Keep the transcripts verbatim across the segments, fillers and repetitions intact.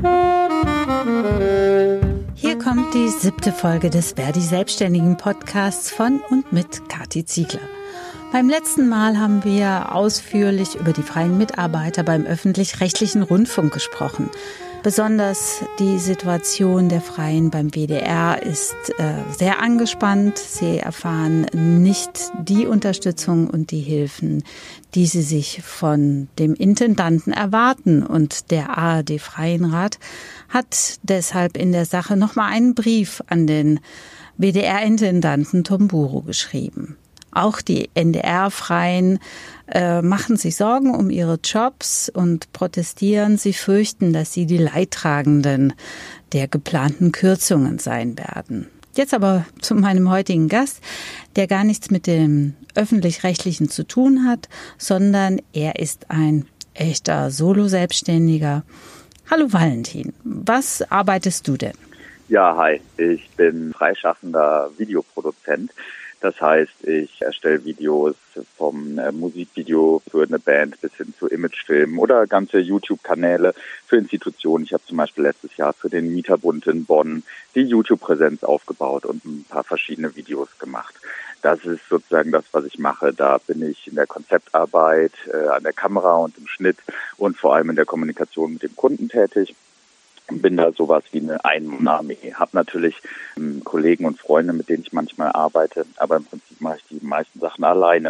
Hier kommt die siebte Folge des Verdi Selbstständigen Podcasts von und mit Kathi Ziegler. Beim letzten Mal haben wir ausführlich über die freien Mitarbeiter beim öffentlich-rechtlichen Rundfunk gesprochen. Besonders die Situation der Freien beim W D R ist äh, sehr angespannt. Sie erfahren nicht die Unterstützung und die Hilfen, die sie sich von dem Intendanten erwarten. Und der A R D-Freienrat hat deshalb in der Sache nochmal einen Brief an den W D R-Intendanten Tomburo geschrieben. Auch die N D R-Freien äh, machen sich Sorgen um ihre Jobs und protestieren. Sie fürchten, dass sie die Leidtragenden der geplanten Kürzungen sein werden. Jetzt aber zu meinem heutigen Gast, der gar nichts mit dem Öffentlich-Rechtlichen zu tun hat, sondern er ist ein echter Solo-Selbstständiger. Hallo Valentin, was arbeitest du denn? Ja, hi, ich bin freischaffender Videoproduzent. Das heißt, ich erstelle Videos vom äh, Musikvideo für eine Band bis hin zu Imagefilmen oder ganze YouTube-Kanäle für Institutionen. Ich habe zum Beispiel letztes Jahr für den Mieterbund in Bonn die YouTube-Präsenz aufgebaut und ein paar verschiedene Videos gemacht. Das ist sozusagen das, was ich mache. Da bin ich in der Konzeptarbeit, äh, an der Kamera und im Schnitt und vor allem in der Kommunikation mit dem Kunden tätig. Bin da sowas wie eine Ein-Mann-Armee. Hab natürlich ähm, Kollegen und Freunde, mit denen ich manchmal arbeite, aber im Prinzip mache ich die meisten Sachen alleine.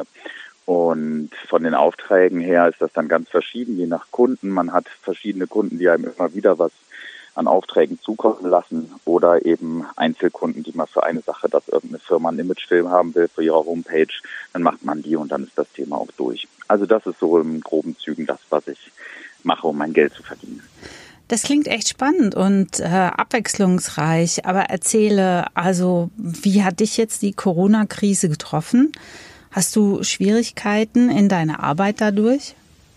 Und von den Aufträgen her ist das dann ganz verschieden, je nach Kunden. Man hat verschiedene Kunden, die einem immer wieder was an Aufträgen zukommen lassen oder eben Einzelkunden, die mal für eine Sache, dass irgendeine Firma einen Imagefilm haben will für ihre Homepage, dann macht man die und dann ist das Thema auch durch. Also das ist so in groben Zügen das, was ich mache, um mein Geld zu verdienen. Das klingt echt spannend und äh, abwechslungsreich, aber erzähle, also wie hat dich jetzt die Corona-Krise getroffen? Hast du Schwierigkeiten in deiner Arbeit dadurch?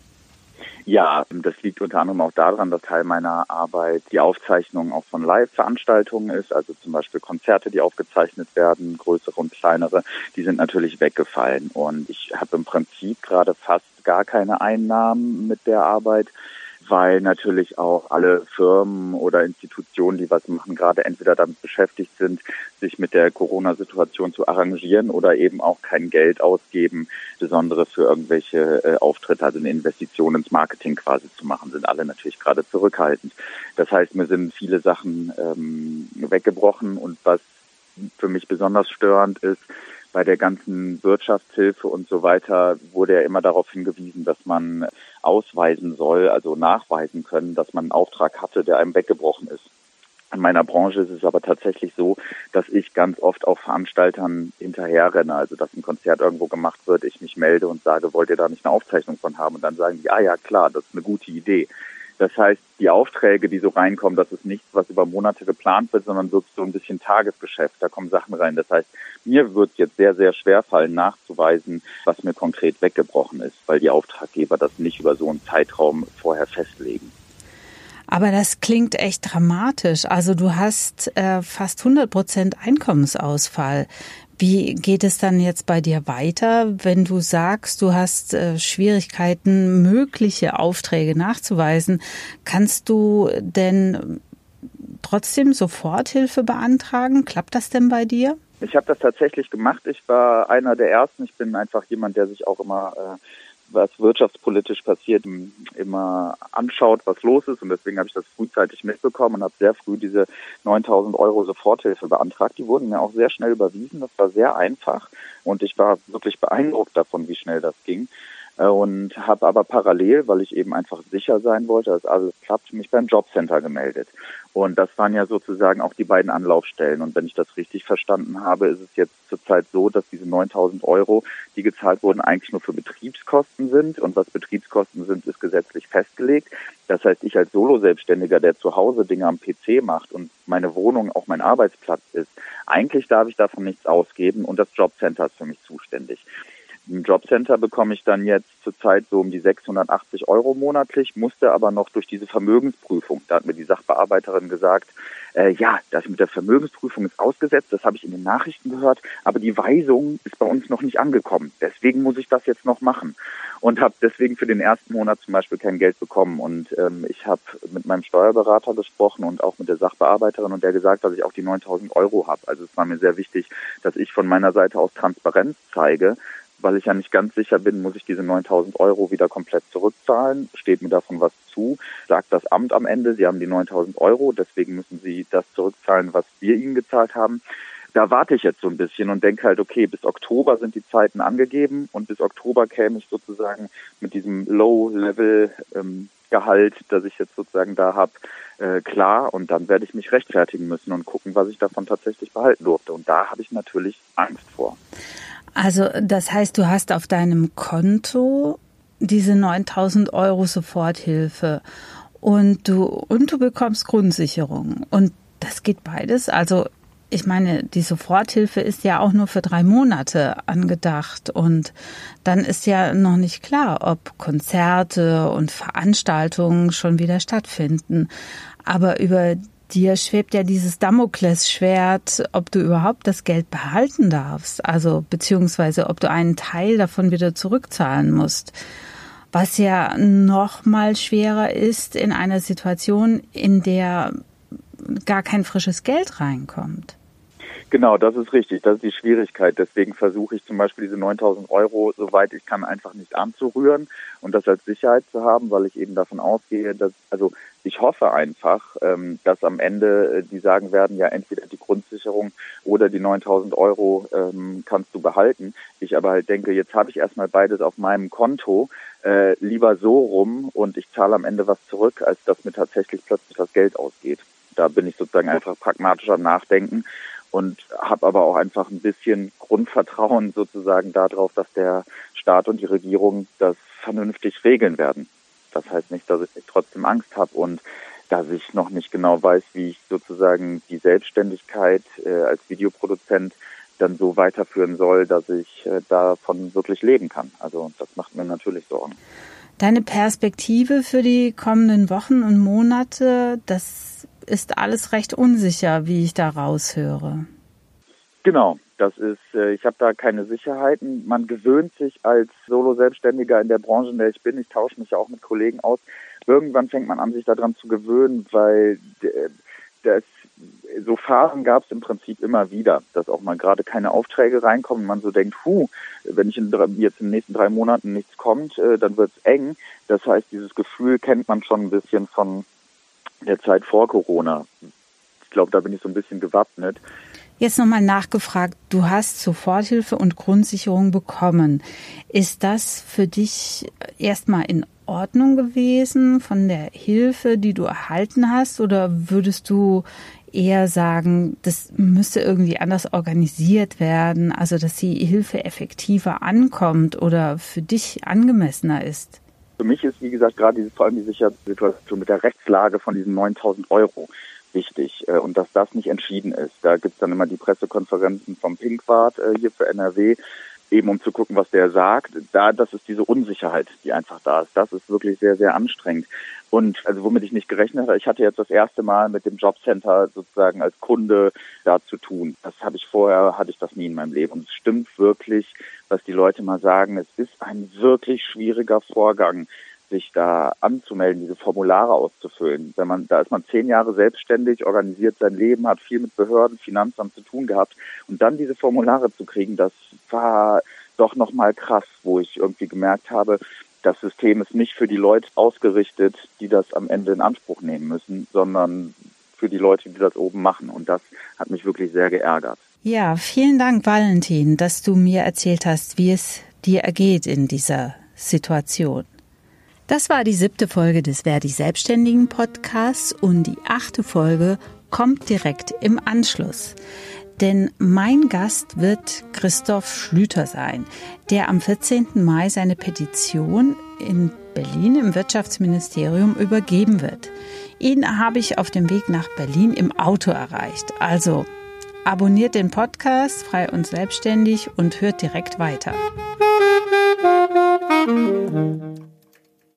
Ja, das liegt unter anderem auch daran, dass Teil meiner Arbeit die Aufzeichnung auch von Live-Veranstaltungen ist, also zum Beispiel Konzerte, die aufgezeichnet werden, größere und kleinere, die sind natürlich weggefallen. Und ich habe im Prinzip gerade fast gar keine Einnahmen mit der Arbeit, weil natürlich auch alle Firmen oder Institutionen, die was machen, gerade entweder damit beschäftigt sind, sich mit der Corona-Situation zu arrangieren oder eben auch kein Geld ausgeben, insbesondere für irgendwelche äh, Auftritte, also eine Investition ins Marketing quasi zu machen, sind alle natürlich gerade zurückhaltend. Das heißt, mir sind viele Sachen ähm, weggebrochen und was für mich besonders störend ist, bei der ganzen Wirtschaftshilfe und so weiter wurde ja immer darauf hingewiesen, dass man ausweisen soll, also nachweisen können, dass man einen Auftrag hatte, der einem weggebrochen ist. In meiner Branche ist es aber tatsächlich so, dass ich ganz oft auch Veranstaltern hinterherrenne, also dass ein Konzert irgendwo gemacht wird, ich mich melde und sage, wollt ihr da nicht eine Aufzeichnung von haben? Und dann sagen die, ah ja klar, das ist eine gute Idee. Das heißt, die Aufträge, die so reinkommen, das ist nichts, was über Monate geplant wird, sondern wirklich so ein bisschen Tagesgeschäft. Da kommen Sachen rein. Das heißt, mir wird es jetzt sehr, sehr schwer fallen, nachzuweisen, was mir konkret weggebrochen ist, weil die Auftraggeber das nicht über so einen Zeitraum vorher festlegen. Aber das klingt echt dramatisch. Also du hast äh, fast hundert Prozent Einkommensausfall. Wie geht es dann jetzt bei dir weiter, wenn du sagst, du hast äh, Schwierigkeiten, mögliche Aufträge nachzuweisen? Kannst du denn trotzdem Soforthilfe beantragen? Klappt das denn bei dir? Ich habe das tatsächlich gemacht. Ich war einer der Ersten. Ich bin einfach jemand, der sich auch immer, äh, was wirtschaftspolitisch passiert, immer anschaut, was los ist. Und deswegen habe ich das frühzeitig mitbekommen und habe sehr früh diese neuntausend Euro Soforthilfe beantragt. Die wurden mir auch sehr schnell überwiesen. Das war sehr einfach und ich war wirklich beeindruckt davon, wie schnell das ging. Und habe aber parallel, weil ich eben einfach sicher sein wollte, dass alles klappt, mich beim Jobcenter gemeldet. Und das waren ja sozusagen auch die beiden Anlaufstellen. Und wenn ich das richtig verstanden habe, ist es jetzt zurzeit so, dass diese neuntausend Euro, die gezahlt wurden, eigentlich nur für Betriebskosten sind. Und was Betriebskosten sind, ist gesetzlich festgelegt. Das heißt, ich als Solo-Selbstständiger, der zu Hause Dinge am P C macht und meine Wohnung auch mein Arbeitsplatz ist, eigentlich darf ich davon nichts ausgeben und das Jobcenter ist für mich zuständig. Im Jobcenter bekomme ich dann jetzt zurzeit so um die sechshundertachtzig Euro monatlich, musste aber noch durch diese Vermögensprüfung. Da hat mir die Sachbearbeiterin gesagt, äh, ja, das mit der Vermögensprüfung ist ausgesetzt, das habe ich in den Nachrichten gehört, aber die Weisung ist bei uns noch nicht angekommen. Deswegen muss ich das jetzt noch machen und habe deswegen für den ersten Monat zum Beispiel kein Geld bekommen. Und ähm, ich habe mit meinem Steuerberater gesprochen und auch mit der Sachbearbeiterin und der gesagt, dass ich auch die neuntausend Euro habe. Also es war mir sehr wichtig, dass ich von meiner Seite aus Transparenz zeige, weil ich ja nicht ganz sicher bin, muss ich diese neuntausend Euro wieder komplett zurückzahlen? Steht mir davon was zu? Sagt das Amt am Ende, Sie haben die neuntausend Euro, deswegen müssen Sie das zurückzahlen, was wir Ihnen gezahlt haben. Da warte ich jetzt so ein bisschen und denke halt, okay, bis Oktober sind die Zeiten angegeben und bis Oktober käme ich sozusagen mit diesem Low-Level-Gehalt, das ich jetzt sozusagen da habe, äh, klar. Und dann werde ich mich rechtfertigen müssen und gucken, was ich davon tatsächlich behalten durfte. Und da habe ich natürlich Angst vor. Also das heißt, du hast auf deinem Konto diese neuntausend Euro Soforthilfe und du, und du bekommst Grundsicherung. Und das geht beides. Also ich meine, die Soforthilfe ist ja auch nur für drei Monate angedacht. Und dann ist ja noch nicht klar, ob Konzerte und Veranstaltungen schon wieder stattfinden. Aber über dir schwebt ja dieses Damoklesschwert, ob du überhaupt das Geld behalten darfst, also beziehungsweise ob du einen Teil davon wieder zurückzahlen musst, was ja noch mal schwerer ist in einer Situation, in der gar kein frisches Geld reinkommt. Genau, das ist richtig. Das ist die Schwierigkeit. Deswegen versuche ich zum Beispiel diese neuntausend Euro, soweit ich kann, einfach nicht anzurühren und das als Sicherheit zu haben, weil ich eben davon ausgehe, dass, also ich hoffe einfach, dass am Ende die sagen werden, ja, entweder die Grundsicherung oder die neuntausend Euro ähm, kannst du behalten. Ich aber halt denke, jetzt habe ich erstmal beides auf meinem Konto, äh, lieber so rum und ich zahle am Ende was zurück, als dass mir tatsächlich plötzlich das Geld ausgeht. Da bin ich sozusagen einfach pragmatisch am Nachdenken und habe aber auch einfach ein bisschen Grundvertrauen sozusagen darauf, dass der Staat und die Regierung das vernünftig regeln werden. Das heißt nicht, dass ich nicht trotzdem Angst habe und dass ich noch nicht genau weiß, wie ich sozusagen die Selbstständigkeit äh, als Videoproduzent dann so weiterführen soll, dass ich äh, davon wirklich leben kann. Also das macht mir natürlich Sorgen. Deine Perspektive für die kommenden Wochen und Monate, das ist alles recht unsicher, wie ich da raushöre. Genau, das ist, äh, ich habe da keine Sicherheiten. Man gewöhnt sich als Solo-Selbstständiger in der Branche, in der ich bin, ich tausche mich ja auch mit Kollegen aus, irgendwann fängt man an, sich daran zu gewöhnen, weil äh, das, so Phasen gab es im Prinzip immer wieder, dass auch mal gerade keine Aufträge reinkommen und man so denkt, puh, wenn ich in, jetzt in den nächsten drei Monaten nichts kommt, äh, dann wird's eng. Das heißt, dieses Gefühl kennt man schon ein bisschen von der Zeit vor Corona. Ich glaube, da bin ich so ein bisschen gewappnet. Jetzt nochmal nachgefragt, du hast Soforthilfe und Grundsicherung bekommen. Ist das für dich erstmal in Ordnung gewesen von der Hilfe, die du erhalten hast? Oder würdest du eher sagen, das müsste irgendwie anders organisiert werden, also dass die Hilfe effektiver ankommt oder für dich angemessener ist? Für mich ist, wie gesagt, gerade diese, vor allem die Sicherheitssituation mit der Rechtslage von diesen neuntausend Euro wichtig und dass das nicht entschieden ist. Da gibt's dann immer die Pressekonferenzen vom Pinkwart hier für N R W, eben um zu gucken, was der sagt. Da, das ist diese Unsicherheit, die einfach da ist. Das ist wirklich sehr, sehr anstrengend. Und also womit ich nicht gerechnet habe, ich hatte jetzt das erste Mal mit dem Jobcenter sozusagen als Kunde da zu tun. Das habe ich vorher, hatte ich das nie in meinem Leben. Und es stimmt wirklich, was die Leute mal sagen, es ist ein wirklich schwieriger Vorgang, sich da anzumelden, diese Formulare auszufüllen. Wenn man, da ist man zehn Jahre selbstständig, organisiert sein Leben, hat viel mit Behörden, Finanzamt zu tun gehabt. Und dann diese Formulare zu kriegen, das war doch nochmal krass, wo ich irgendwie gemerkt habe, das System ist nicht für die Leute ausgerichtet, die das am Ende in Anspruch nehmen müssen, sondern für die Leute, die das oben machen. Und das hat mich wirklich sehr geärgert. Ja, vielen Dank, Valentin, dass du mir erzählt hast, wie es dir ergeht in dieser Situation. Das war die siebte Folge des Verdi Selbstständigen Podcasts und die achte Folge kommt direkt im Anschluss. Denn mein Gast wird Christoph Schlüter sein, der am vierzehnten Mai seine Petition in Berlin im Wirtschaftsministerium übergeben wird. Ihn habe ich auf dem Weg nach Berlin im Auto erreicht. Also Abonniert den Podcast Frei und Selbstständig und hört direkt weiter.